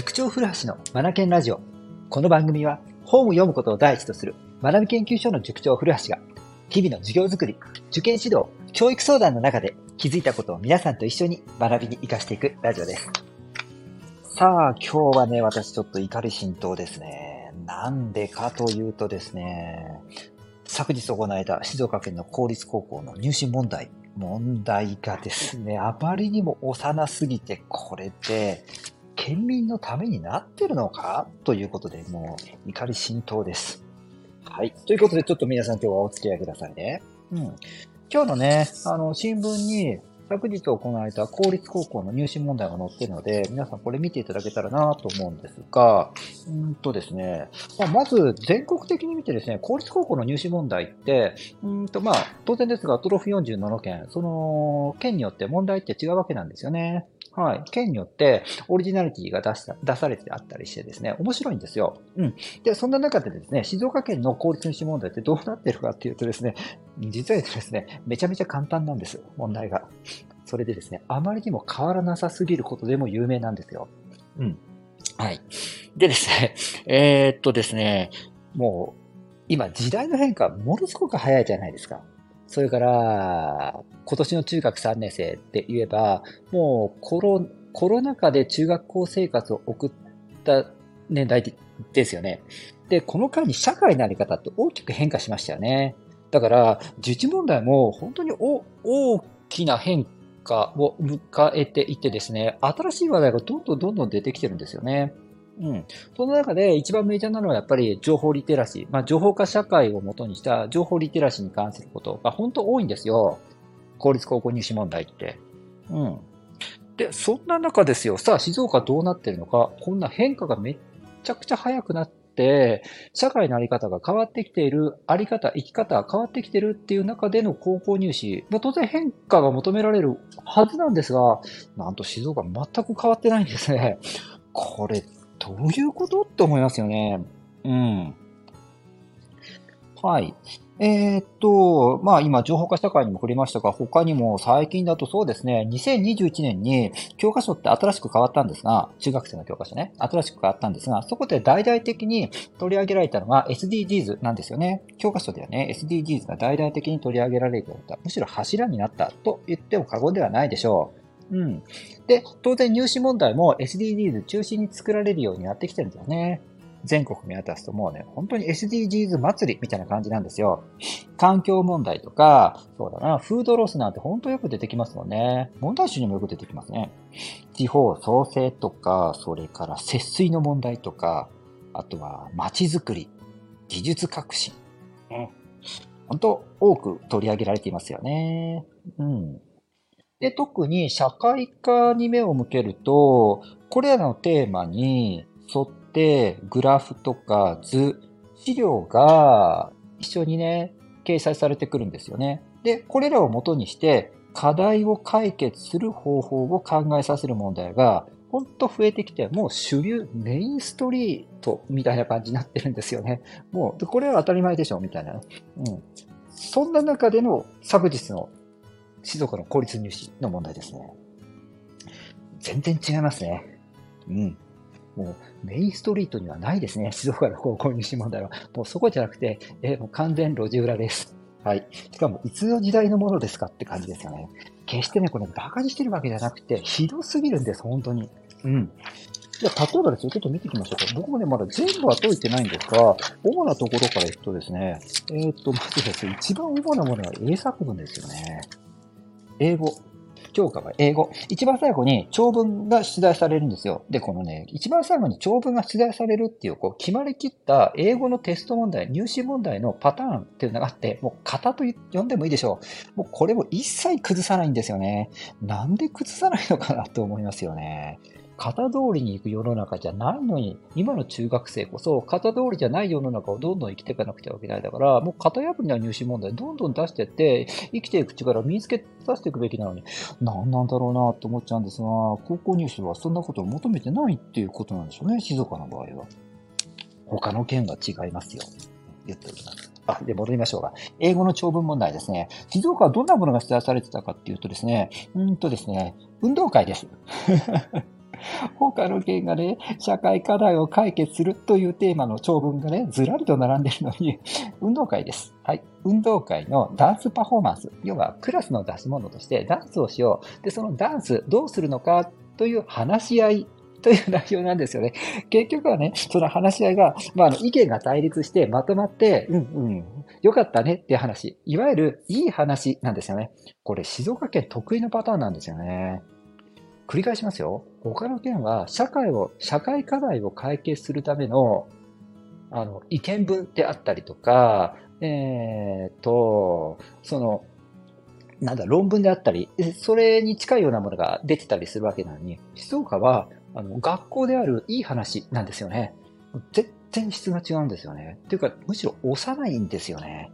塾長古橋の学研ラジオ。この番組は本を読むことを第一とする学び研究所の塾長古橋が日々の授業づくり、受験指導、教育相談の中で気づいたことを皆さんと一緒に学びに活かしていくラジオです。さあ今日はね、私ちょっと怒り心頭ですね。なんでかというとですね、昨日行われた静岡県の公立高校の入試問題がですね、あまりにも幼すぎて、これで県民のためになってるのかということで、もう怒り心頭です。はい。ということで、ちょっと皆さん今日はお付き合いくださいね。今日のね、新聞に昨日行われた公立高校の入試問題が載っているので、皆さんこれ見ていただけたらなと思うんですが、ですね、まず全国的に見てですね、公立高校の入試問題って、当然ですが、都道府47県、その県によって問題って違うわけなんですよね。はい。県によってオリジナリティが出されてあったりしてですね、面白いんですよ。で、そんな中でですね、静岡県の公立入試問題ってどうなってるかっていうとですね、実はですね、めちゃめちゃ簡単なんです、問題が。それでですね、あまりにも変わらなさすぎることでも有名なんですよ。はい。でですね、ですね、もう、今時代の変化ものすごく早いじゃないですか。それから、今年の中学3年生って言えば、もうコロナ禍で中学校生活を送った年代ですよね。で、この間に社会のあり方って大きく変化しましたよね。だから、受験問題も本当に大きな変化を迎えていてですね、新しい話題がどんどん出てきてるんですよね。その中で一番メジャーなのはやっぱり情報リテラシー。情報化社会をもとにした情報リテラシーに関することが本当多いんですよ。公立高校入試問題って。で、そんな中ですよ。さあ、静岡どうなってるのか。こんな変化がめっちゃくちゃ早くなって、社会のあり方が変わってきている、あり方、生き方が変わってきてるっていう中での高校入試。当然変化が求められるはずなんですが、なんと静岡全く変わってないんですね。これ、どういうことって思いますよね。はい。今、情報化社会にも触れましたが、他にも最近だとそうですね、2021年に教科書って新しく変わったんですが、中学生の教科書ね、新しく変わったんですが、そこで大々的に取り上げられたのが SDGs なんですよね。教科書ではね、SDGs が大々的に取り上げられていた。むしろ柱になったと言っても過言ではないでしょう。で、当然入試問題も SDGs 中心に作られるようになってきてるんだよね。全国見渡すともうね、本当に SDGs 祭りみたいな感じなんですよ。環境問題とか、そうだな、フードロスなんて本当よく出てきますもんね。問題集にもよく出てきますね。地方創生とか、それから節水の問題とか、あとは街づくり、技術革新。本当多く取り上げられていますよね。で、特に社会科に目を向けると、これらのテーマに沿ってグラフとか図、資料が一緒にね、掲載されてくるんですよね。で、これらを元にして課題を解決する方法を考えさせる問題がほんと増えてきて、もう主流、メインストリートみたいな感じになってるんですよね。もう、これは当たり前でしょみたいな。そんな中での昨日の静岡の公立入試の問題ですね。全然違いますね。もうメインストリートにはないですね。静岡の高校入試問題は。もうそこじゃなくて、もう完全路地裏です。はい。しかも、いつの時代のものですかって感じですよね。決してね、これバカにしてるわけじゃなくて、ひどすぎるんです、本当に。じゃあ、例えばですよ、ちょっと見ていきましょうか。僕もね、まだ全部は解いてないんですが、主なところからいくとですね、まずですね、一番主なものは英作文ですよね。英語。教科は英語。一番最後に長文が出題されるんですよ。で、このね、一番最後に長文が出題されるっていう、決まりきった英語のテスト問題、入試問題のパターンっていうのがあって、もう型と呼んでもいいでしょう。もうこれも一切崩さないんですよね。なんで崩さないのかなと思いますよね。型通りに行く世の中じゃないのに、今の中学生こそ型通りじゃない世の中をどんどん生きていかなくてはいけないだから、もう型破りな入試問題どんどん出していって、生きていく力を身につけさせていくべきなのに、なんなんだろうなと思っちゃうんですが、高校入試はそんなことを求めてないっていうことなんでしょうね、静岡の場合は。他の県は違いますよ。言っておきます。で、戻りましょうか。英語の長文問題ですね。静岡はどんなものが出題されてたかっていうとですね、運動会です。 他の県がね、社会課題を解決するというテーマの長文がね、ずらりと並んでいるのに、運動会です。はい。運動会のダンスパフォーマンス。要は、クラスの出し物としてダンスをしよう。で、そのダンスどうするのかという話し合いという内容なんですよね。結局はね、その話し合いが、意見が対立してまとまって、よかったねっていう話。いわゆるいい話なんですよね。これ、静岡県得意のパターンなんですよね。繰り返しますよ。他の県は社会課題を解決するための、意見文であったりとか、論文であったり、それに近いようなものが出てたりするわけなのに、静岡は、学校であるいい話なんですよね。全然質が違うんですよね。っていうか、むしろ幼いんですよね。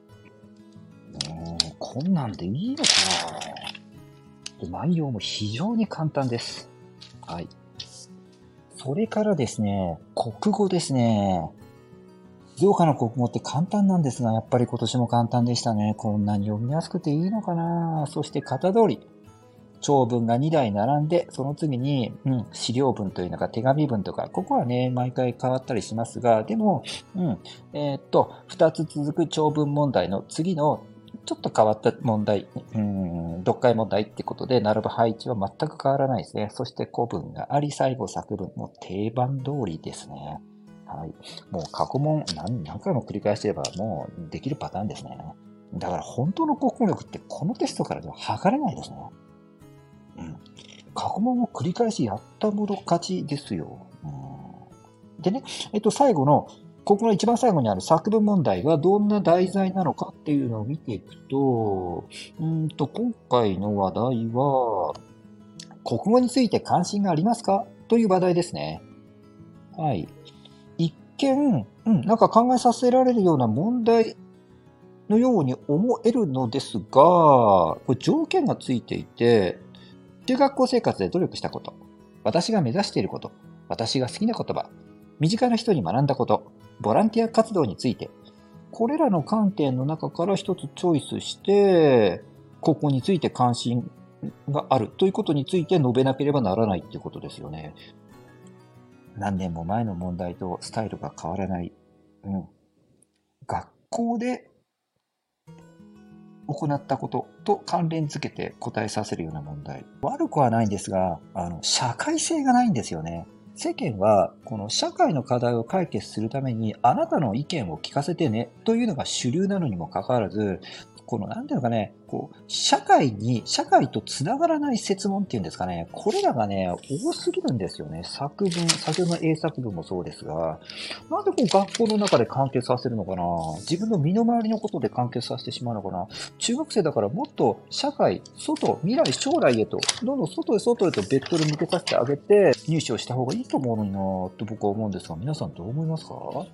こんなんでいいのかな。内容も非常に簡単です。はい。それからですね、国語ですね。静岡の国語って簡単なんですが、やっぱり今年も簡単でしたね。こんなに読みやすくていいのかな。そして型通り。長文が2台並んで、その次に、資料文というのか手紙文とか、ここはね、毎回変わったりしますが、でも、2つ続く長文問題の次のちょっと変わった問題、読解問題ってことで、並ぶ配置は全く変わらないですね。そして古文があり、最後作文、もう定番通りですね。はい。もう過去問何回も繰り返してればもうできるパターンですね。だから本当の国語力ってこのテストからでは測れないですね。過去問を繰り返しやったもの勝ちですよ。でね、最後のここの一番最後にある作文問題はどんな題材なのかっていうのを見ていくと、今回の話題は、国語について関心がありますかという話題ですね。はい。一見、なんか考えさせられるような問題のように思えるのですが、これ条件がついていて、中学校生活で努力したこと、私が目指していること、私が好きな言葉、身近な人に学んだこと、ボランティア活動について、これらの観点の中から一つチョイスして、ここについて関心があるということについて述べなければならないっていうことですよね。何年も前の問題とスタイルが変わらない。学校で行ったことと関連付けて答えさせるような問題。悪くはないんですが、社会性がないんですよね。世間は、この社会の課題を解決するために、あなたの意見を聞かせてね、というのが主流なのにもかかわらず、なんていうのかね、社会と繋がらない設問っていうんですかね、これらがね、多すぎるんですよね。先ほどの英作文もそうですが、なんで学校の中で完結させるのかな、自分の身の回りのことで完結させてしまうのかな。中学生だからもっと社会、未来、将来へと、どんどん外へとベクトル向けさせてあげて、入試をした方がいいと思うのになと僕は思うんですが、皆さんどう思いますか？はい。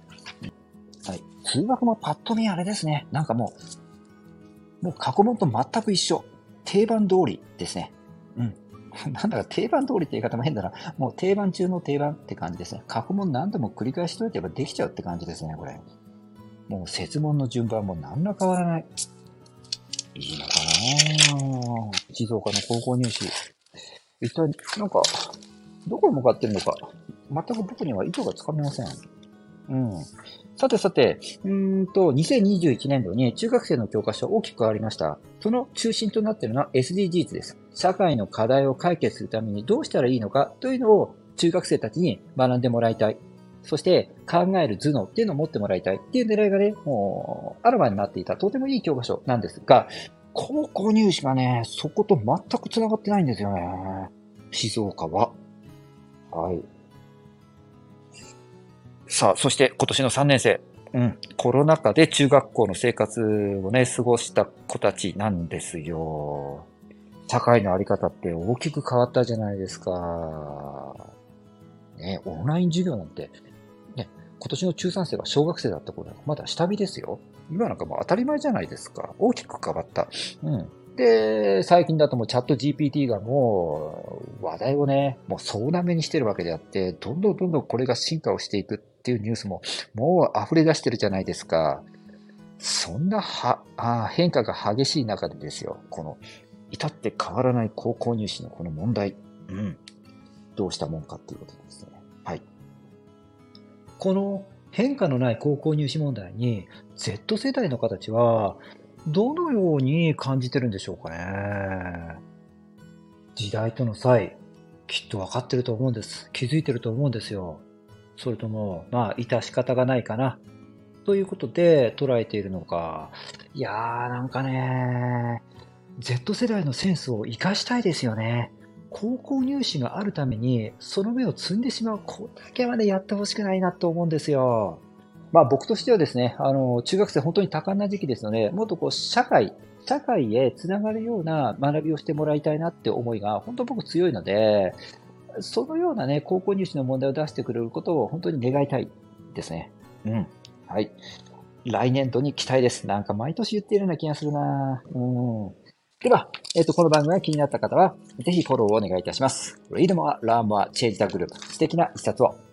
数学もパッと見あれですね。なんかもう過去問と全く一緒。定番通りですね。なんだか定番通りって言い方も変だな。もう定番中の定番って感じですね。過去問何度も繰り返しといてばできちゃうって感じですね、これ。もう設問の順番も何ら変わらない。いいのかな？静岡の高校入試。一体、なんか、どこに向かってるのか、全く僕には意図がつかめません。さて、2021年度に中学生の教科書大きく変わりました。その中心となっているのは SDGs です。社会の課題を解決するためにどうしたらいいのかというのを中学生たちに学んでもらいたい。そして考える頭脳っていうのを持ってもらいたいっていう狙いがね、もうあらわになっていたとてもいい教科書なんですが、高校入試がね、そこと全く繋がってないんですよね。静岡は。はい。さあ、そして今年の3年生。コロナ禍で中学校の生活をね、過ごした子たちなんですよ。社会のあり方って大きく変わったじゃないですか。ね、オンライン授業なんて、ね、今年の中3生が小学生だった頃はまだ下火ですよ。今なんかもう当たり前じゃないですか。大きく変わった。で、最近だともうチャット GPT がもう話題をね、もう総なめにしてるわけであって、どんどんこれが進化をしていくっていうニュースももう溢れ出してるじゃないですか。そんな変化が激しい中でですよ、至って変わらない高校入試のこの問題。 どうしたもんかっていうことですね。はい。この変化のない高校入試問題に Z 世代の方たちはどのように感じてるんでしょうかね。時代との差異、きっと分かってると思うんです。気づいてると思うんですよ。それとも、致し方がないかな、ということで捉えているのか。いやー、なんかね、Z 世代のセンスを活かしたいですよね。高校入試があるために、その目を摘んでしまう、これだけはね、やってほしくないなと思うんですよ。僕としてはですね、中学生本当に多感な時期ですので、もっとこう、社会へつながるような学びをしてもらいたいなって思いが、本当僕強いので、そのようなね、高校入試の問題を出してくれることを本当に願いたいですね。うん。はい。来年度に期待です。なんか毎年言っているような気がするな。うん。では、この番組が気になった方は、ぜひフォローをお願いいたします。Read more, learn more, change the group。素敵な一冊を。